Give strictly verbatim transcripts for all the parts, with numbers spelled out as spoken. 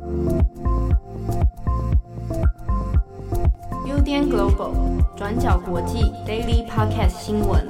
U D N Global 转角国际 Daily Podcast 新闻，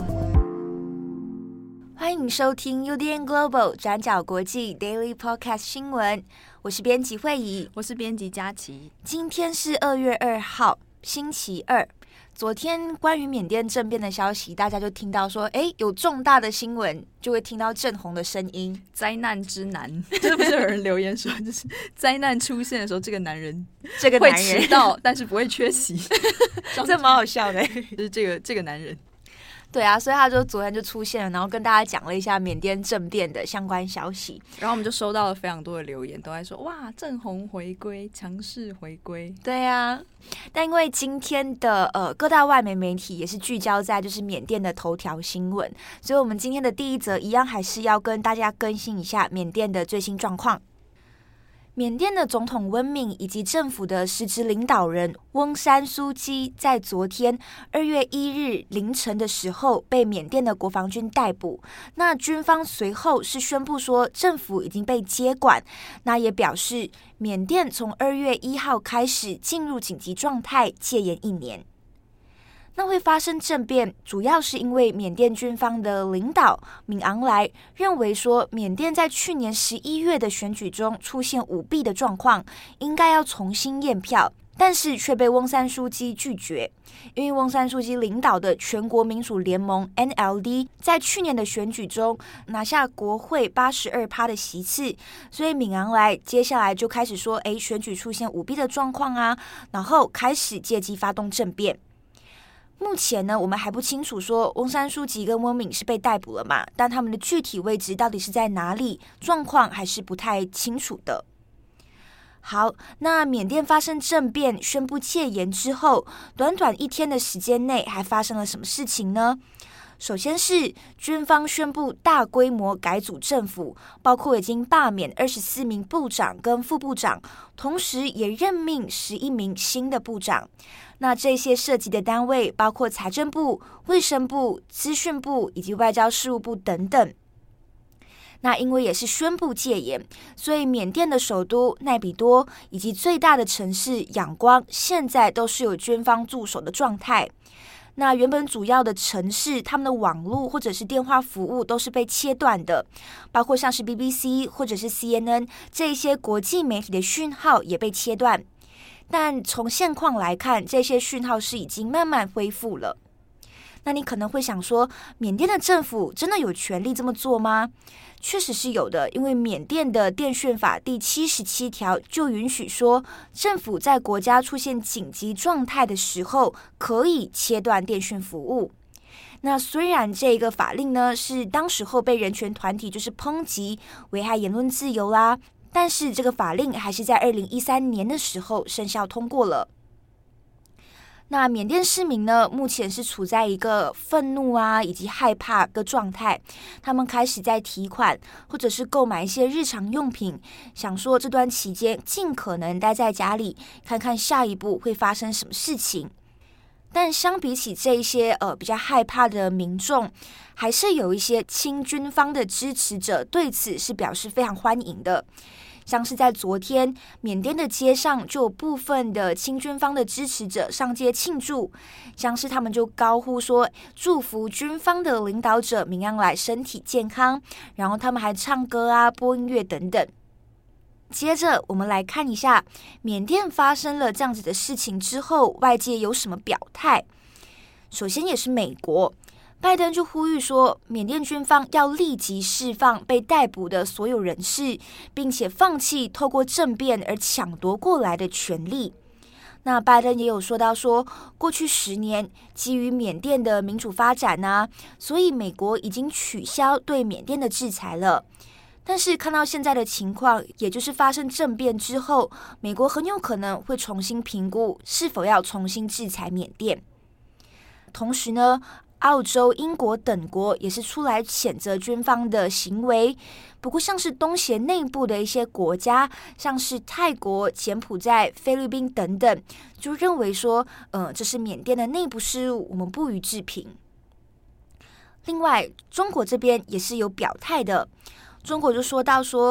欢迎收听 U D N Global 转角国际 Daily Podcast 新闻，我是编辑慧仪， 我是编辑佳琪。 今天是二月二号，星期二。昨天关于缅甸政变的消息，大家就听到说，哎，有重大的新闻，就会听到郑红的声音。 灾难之男，这不是有人留言说，就是灾难出现的时候，这个男人， 这个男人会迟到，但是不会缺席， 这蛮好笑的。 就是这个这个男人。 对啊，所以他就昨天就出现了，然后跟大家讲了一下缅甸政变的相关消息， 然后我们就收到了非常多的留言，都在说哇，郑红回归，强势回归。 对啊，但因为今天的呃各大外媒媒体也是聚焦在就是缅甸的头条新闻，所以我们今天的第一则一样还是要跟大家更新一下缅甸的最新状况。缅甸的总统温敏以及政府的实质领导人翁山苏基在昨天二月一日凌晨的时候被缅甸的国防军逮捕。那军方随后是宣布说政府已经被接管，那也表示缅甸从二月一号开始进入紧急状态，戒严一年。那会发生政变，主要是因为缅甸军方的领导敏昂莱认为说，缅甸在去年十一月的选举中出现舞弊的状况，应该要重新验票，但是却被翁山苏基拒绝。因为翁山苏基领导的全国民主联盟 N L D 在去年的选举中拿下国会 百分之八十二 的席次，所以敏昂莱接下来就开始说，诶，选举出现舞弊的状况啊，然后开始借机发动政变。目前呢，我们还不清楚说翁山苏基跟温敏是被逮捕了嘛？但他们的具体位置到底是在哪里，状况还是不太清楚的。好，那缅甸发生政变，宣布戒严之后，短短一天的时间内，还发生了什么事情呢？首先是军方宣布大规模改组政府，包括已经罢免二十四名部长跟副部长，同时也任命十一名新的部长。那这些涉及的单位包括财政部、卫生部、资讯部以及外交事务部等等。那因为也是宣布戒严，所以缅甸的首都奈比多以及最大的城市仰光现在都是有军方驻守的状态。那原本主要的城市，他们的网络或者是电话服务都是被切断的，包括像是 B B C 或者是 C N N 这一些国际媒体的讯号也被切断。但从现况来看，这些讯号是已经慢慢恢复了。那你可能会想说，缅甸的政府真的有权利这么做吗？确实是有的，因为缅甸的电讯法第七十七条就允许说，政府在国家出现紧急状态的时候，可以切断电讯服务。那虽然这个法令呢，是当时候被人权团体就是抨击危害言论自由啦，但是这个法令还是在二零一三年的时候生效通过了。那缅甸市民呢，目前是处在一个愤怒啊以及害怕的状态，他们开始在提款或者是购买一些日常用品，想说这段期间尽可能待在家里，看看下一步会发生什么事情。但相比起这一些呃比较害怕的民众，还是有一些亲军方的支持者对此是表示非常欢迎的。像是在昨天，缅甸的街上就有部分的亲军方的支持者上街庆祝，像是他们就高呼说祝福军方的领导者敏昂莱身体健康，然后他们还唱歌啊、播音乐等等。接着我们来看一下缅甸发生了这样子的事情之后，外界有什么表态。首先也是美国，拜登就呼吁说，缅甸军方要立即释放被逮捕的所有人士，并且放弃透过政变而抢夺过来的权利。那拜登也有说到说，过去十年基于缅甸的民主发展啊，所以美国已经取消对缅甸的制裁了。但是看到现在的情况，也就是发生政变之后，美国很有可能会重新评估是否要重新制裁缅甸。同时呢，澳洲、英国等国也是出来谴责军方的行为。不过像是东协内部的一些国家，像是泰国、柬埔寨、菲律宾等等，就认为说，呃，这是缅甸的内部事务，我们不予置评。另外，中国这边也是有表态的。中国就说到说，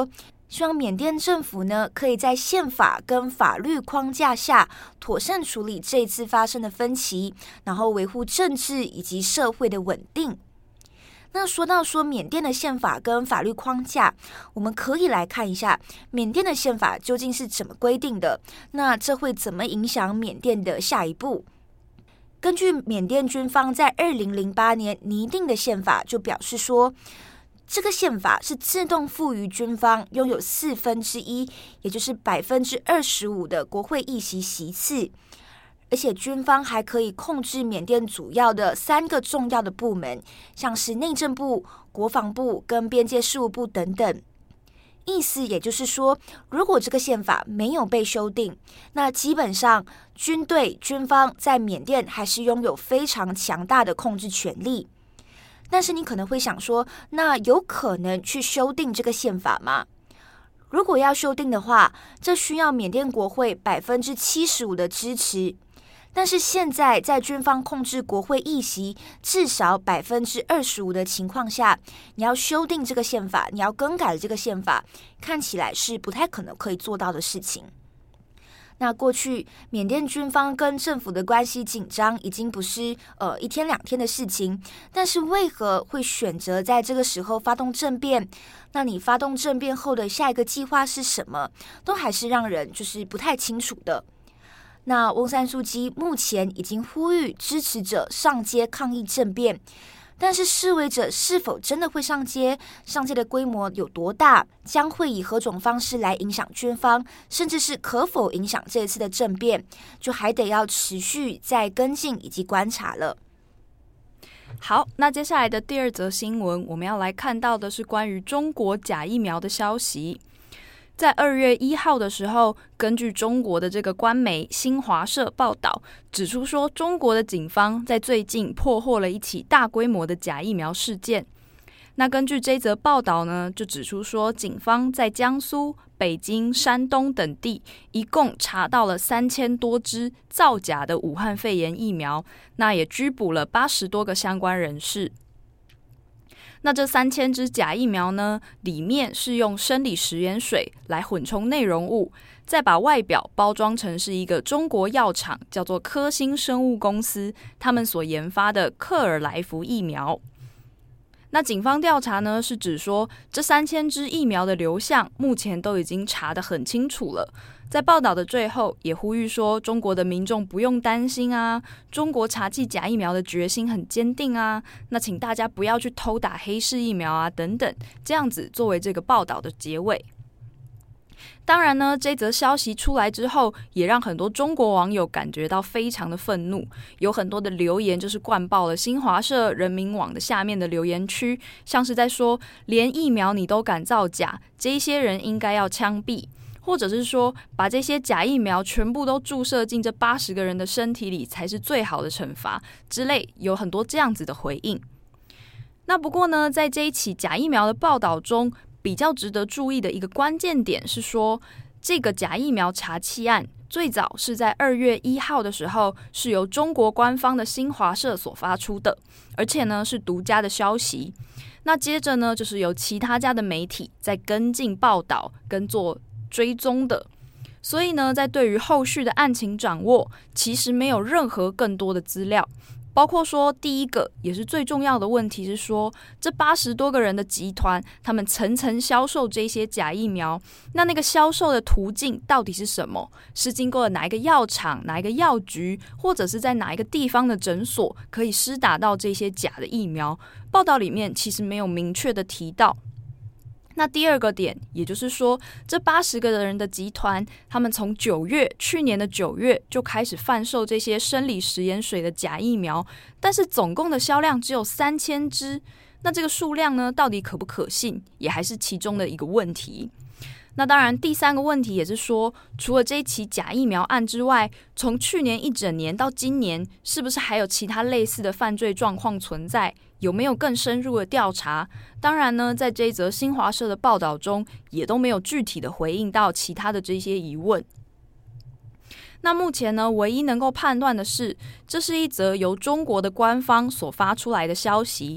希望缅甸政府呢，可以在宪法跟法律框架下妥善处理这次发生的分歧，然后维护政治以及社会的稳定。那说到说缅甸的宪法跟法律框架，我们可以来看一下缅甸的宪法究竟是怎么规定的，那这会怎么影响缅甸的下一步？根据缅甸军方在二零零八年拟定的宪法就表示说，这个宪法是自动赋予军方拥有四分之一，也就是百分之二十五的国会议席席次，而且军方还可以控制缅甸主要的三个重要的部门，像是内政部、国防部跟边界事务部等等。意思也就是说，如果这个宪法没有被修订，那基本上军队、军方在缅甸还是拥有非常强大的控制权力。但是你可能会想说，那有可能去修订这个宪法吗？如果要修订的话，这需要缅甸国会百分之七十五的支持。但是现在在军方控制国会议席至少百分之二十五的情况下，你要修订这个宪法，你要更改这个宪法，看起来是不太可能可以做到的事情。那过去缅甸军方跟政府的关系紧张，已经不是呃一天两天的事情，但是为何会选择在这个时候发动政变？那你发动政变后的下一个计划是什么？都还是让人就是不太清楚的。那翁山苏姬目前已经呼吁支持者上街抗议政变，但是示威者是否真的会上街？上街的规模有多大？将会以何种方式来影响军方？甚至是可否影响这一次的政变？就还得要持续再跟进以及观察了。 好，那接下来的第二则新闻，我们要来看到的是关于中国假疫苗的消息。在二月一号的时候，根据中国的这个官媒新华社报道，指出说中国的警方在最近破获了一起大规模的假疫苗事件。那根据这则报道呢，就指出说警方在江苏、北京、山东等地一共查到了三千多支造假的武汉肺炎疫苗，那也拘捕了八十多个相关人士。那这三千支假疫苗呢，里面是用生理食盐水来混充内容物，再把外表包装成是一个中国药厂叫做科兴生物公司他们所研发的克尔来福疫苗。那警方调查呢，是指说这三千支疫苗的流向目前都已经查得很清楚了。在报道的最后也呼吁说，中国的民众不用担心啊，中国查缉假疫苗的决心很坚定啊，那请大家不要去偷打黑市疫苗啊等等，这样子作为这个报道的结尾。当然呢，这则消息出来之后，也让很多中国网友感觉到非常的愤怒，有很多的留言就是灌爆了新华社、人民网的下面的留言区，像是在说连疫苗你都敢造假，这些人应该要枪毙，或者是说把这些假疫苗全部都注射进这八十个人的身体里才是最好的惩罚之类，有很多这样子的回应。那不过呢，在这一起假疫苗的报道中，比较值得注意的一个关键点是说，这个假疫苗查缉案最早是在二月一号的时候，是由中国官方的新华社所发出的，而且呢是独家的消息。那接着呢，就是由其他家的媒体在跟进报道跟做追踪的。所以呢，在对于后续的案情掌握，其实没有任何更多的资料。包括说，第一个也是最重要的问题是说，这八十多个人的集团，他们层层销售这些假疫苗，那那个销售的途径到底是什么？是经过哪一个药厂、哪一个药局，或者是在哪一个地方的诊所可以施打到这些假的疫苗？报道里面其实没有明确的提到。那第二个点，也就是说，这八十个人的集团，他们从九月去年的九月就开始贩售这些生理食盐水的假疫苗，但是总共的销量只有三千支。那这个数量呢，到底可不可信，也还是其中的一个问题。那当然，第三个问题也是说，除了这一起假疫苗案之外，从去年一整年到今年，是不是还有其他类似的犯罪状况存在？有没有更深入的调查？当然呢，在这一则新华社的报道中，也都没有具体的回应到其他的这些疑问。那目前呢，唯一能够判断的是，这是一则由中国的官方所发出来的消息。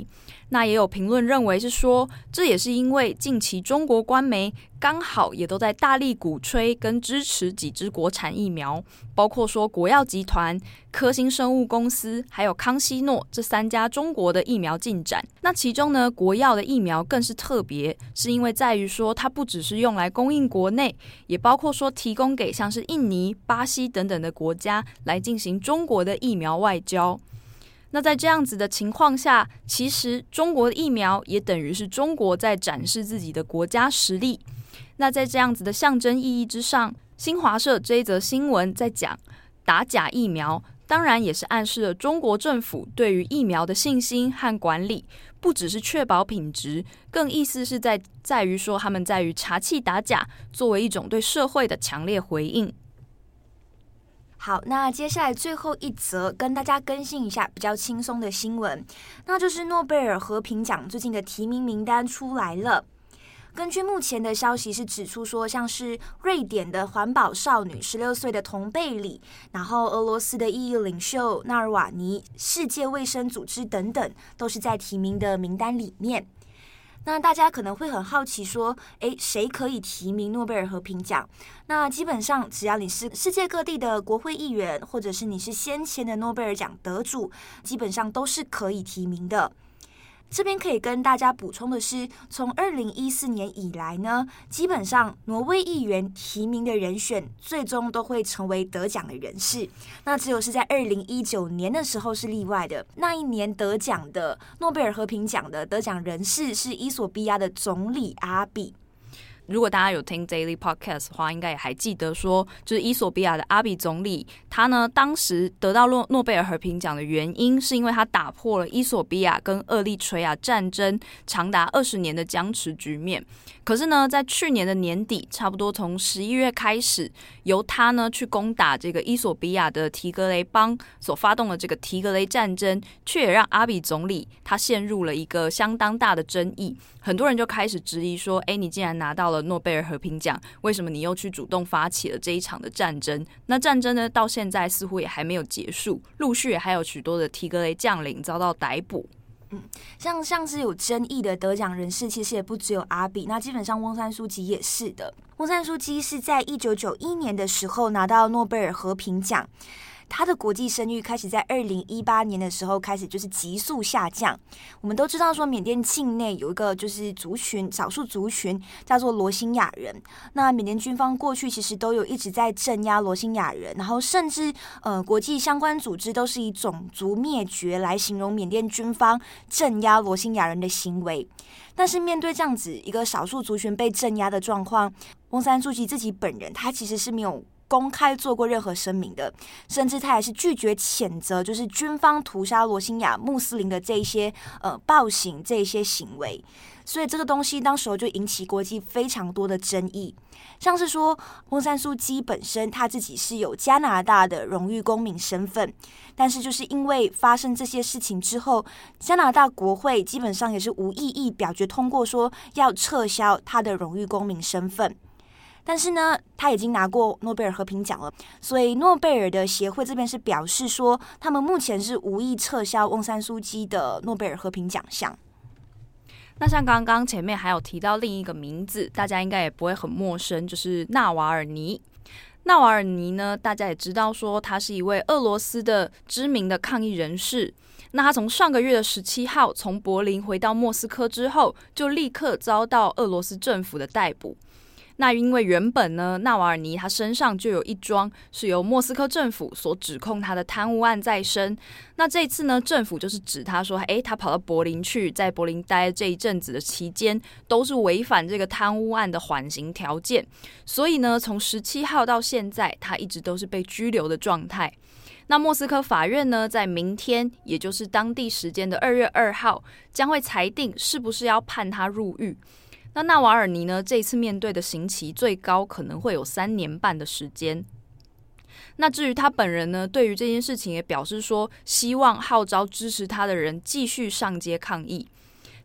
那也有评论认为是说，这也是因为近期中国官媒刚好也都在大力鼓吹跟支持几支国产疫苗，包括说国药集团、科兴生物公司还有康希诺这三家中国的疫苗进展。那其中呢，国药的疫苗更是特别，是因为在于说它不只是用来供应国内，也包括说提供给像是印尼、巴西等等的国家来进行中国的疫苗外交。那在这样子的情况下，其实中国的疫苗也等于是中国在展示自己的国家实力。那在这样子的象征意义之上，新华社这一则新闻在讲打假疫苗，当然也是暗示了中国政府对于疫苗的信心和管理，不只是确保品质，更意思是在在于说他们在于查罄打假，作为一种对社会的强烈回应。 好，那接下来最后一则跟大家更新一下比较轻松的新闻，那就是诺贝尔和平奖最近的提名名单出来了。根据目前的消息是指出说，像是瑞典的环保少女十六岁的童贝里，然后俄罗斯的异议领袖纳尔瓦尼、世界卫生组织等等，都是在提名的名单里面。那大家可能会很好奇说，诶，谁可以提名诺贝尔和平奖？那基本上只要你是世界各地的国会议员，或者是你是先前的诺贝尔奖得主，基本上都是可以提名的。这边可以跟大家补充的是，从二零一四年以来呢，基本上挪威议员提名的人选最终都会成为得奖的人士，那只有是在二零一九年的时候是例外的。那一年得奖的诺贝尔和平奖的得奖人士是伊索比亚的总理阿比。 如果大家有听 Daily Podcast 的话，应该也还记得说，就是伊索比亚的阿比总理，他呢当时得到诺诺贝尔和平奖的原因，是因为他打破了伊索比亚跟厄立垂亚战争长达二十年的僵持局面。可是呢，在去年的年底，差不多从十一月开始，由他呢去攻打这个伊索比亚的提格雷邦所发动的这个提格雷战争，却也让阿比总理他陷入了一个相当大的争议。很多人就开始质疑说，哎，你既然拿到了诺贝尔和平奖，为什么你又去主动发起了这一场的战争？那战争呢，到现在似乎也还没有结束，陆续也还有许多的提格雷将领遭到逮捕。 嗯，像像是有争议的得奖人士，其实也不只有阿比，那基本上翁山苏姬也是的。翁山苏姬是在一九九一年的时候拿到诺贝尔和平奖。他的国际声誉开始在二零一八年的时候开始就是急速下降。我们都知道说，缅甸境内有一个就是族群，少数族群叫做罗兴亚人。那缅甸军方过去其实都有一直在镇压罗兴亚人，然后甚至呃国际相关组织都是以种族灭绝来形容缅甸军方镇压罗兴亚人的行为。但是面对这样子一个少数族群被镇压的状况，翁山苏姬自己本人他其实是没有公开做过任何声明的，甚至他也是拒绝谴责就是军方屠杀罗兴亚穆斯林的这一些呃暴行这一些行为。所以这个东西当时候就引起国际非常多的争议，像是说翁山苏姬本身他自己是有加拿大的荣誉公民身份，但是就是因为发生这些事情之后，加拿大国会基本上也是无异议表决通过说要撤销他的荣誉公民身份。但是呢，他已经拿过诺贝尔和平奖了，所以诺贝尔的协会这边是表示说，他们目前是无意撤销翁山苏姬的诺贝尔和平奖项。 那像刚刚前面还有提到另一个名字，大家应该也不会很陌生，就是纳瓦尔尼。纳瓦尔尼呢，大家也知道说他是一位俄罗斯的知名的抗议人士。那他从上个月的十七号从柏林回到莫斯科之后，就立刻遭到俄罗斯政府的逮捕。那因为原本呢，纳瓦尔尼他身上就有一桩是由莫斯科政府所指控他的贪污案在身。那这一次呢，政府就是指他说，诶，他跑到柏林去，在柏林待这一阵子的期间，都是违反这个贪污案的缓刑条件。所以呢，从十七号到现在，他一直都是被拘留的状态。那莫斯科法院呢，在明天，也就是当地时间的二月二号，将会裁定是不是要判他入狱。那纳瓦尔尼呢，这一次面对的刑期最高可能会有三年半的时间。那至于他本人呢，对于这件事情也表示说，希望号召支持他的人继续上街抗议。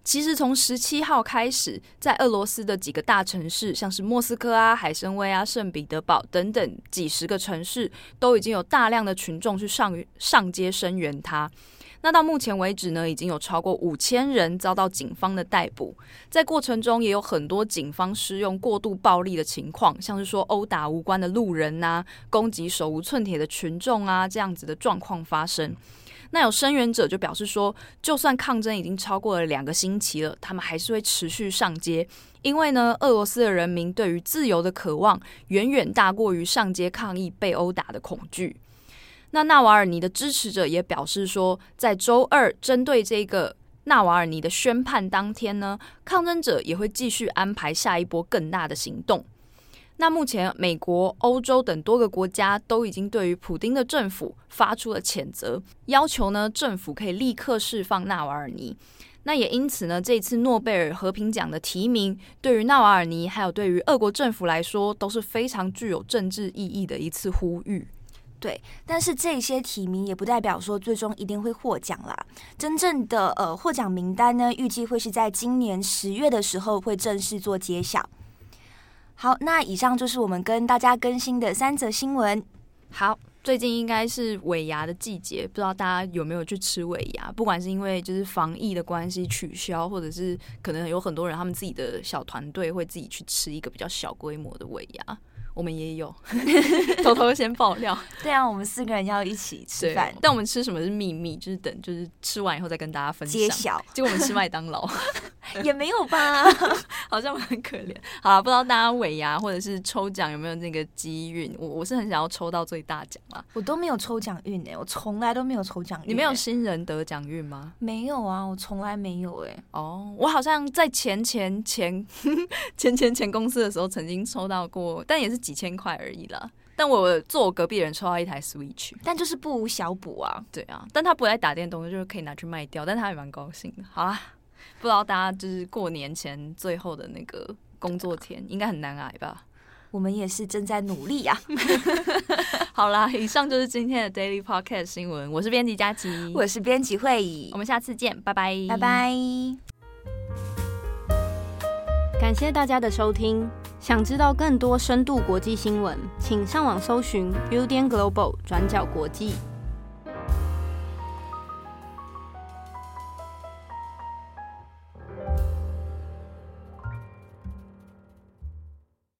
其实从十七号开始，在俄罗斯的几个大城市，像是莫斯科啊、海参崴啊、圣彼得堡等等几十个城市，都已经有大量的群众去上上街声援他。那到目前为止呢，已经有超过五千人遭到警方的逮捕，在过程中也有很多警方施用过度暴力的情况，像是说殴打无关的路人啊，攻击手无寸铁的群众啊，这样子的状况发生。那有声援者就表示说，就算抗争已经超过了两个星期了，他们还是会持续上街，因为呢，俄罗斯的人民对于自由的渴望远远大过于上街抗议被殴打的恐惧。那纳瓦尔尼的支持者也表示说，在周二针对这个纳瓦尔尼的宣判当天呢，抗争者也会继续安排下一波更大的行动。那目前美国、欧洲等多个国家都已经对于普丁的政府发出了谴责，要求呢政府可以立刻释放纳瓦尔尼。那也因此呢，这一次诺贝尔和平奖的提名对于纳瓦尔尼还有对于俄国政府来说都是非常具有政治意义的一次呼吁。 对，但是这些提名也不代表说最终一定会获奖啦。真正的呃获奖名单呢，预计会是在今年十月的时候会正式做揭晓。好，那以上就是我们跟大家更新的三则新闻。 好，最近应该是尾牙的季节，不知道大家有没有去吃尾牙？不管是因为就是防疫的关系取消，或者是可能有很多人他们自己的小团队会自己去吃一个比较小规模的尾牙。我们也有偷偷先爆料。 对啊，我们四个人要一起吃饭， 但我们吃什么是秘密，就是等就是吃完以后再跟大家分享揭晓。 结果我们吃麦当劳也没有吧， 好像很可怜。好啦，不知道大家尾牙或者是抽奖有没有那个机运？我我是很想要抽到最大奖啦。 我都没有抽奖运哎，我从来都没有抽奖运。 你没有新人得奖运吗？ 没有啊，我从来没有哎。 哦，我好像在前前前前前前公司的时候曾经抽到过，但也是几千块而已啦。但我坐我隔壁人抽到一台 Switch， 但就是不无小补啊。 对啊，但他不来打电动，就是可以拿去卖掉，但他也蛮高兴的。好啦，不知道大家就是过年前最后的那个工作天，应该很难挨吧？ 我们也是正在努力啊。 好啦，以上就是今天的 Daily Podcast 新闻。我是编辑佳琪， 我是编辑慧仪， 我们下次见，拜拜， 拜拜。 感谢大家的收听。想知道更多深度国际新闻，请上网搜寻 Building Global 转角国际。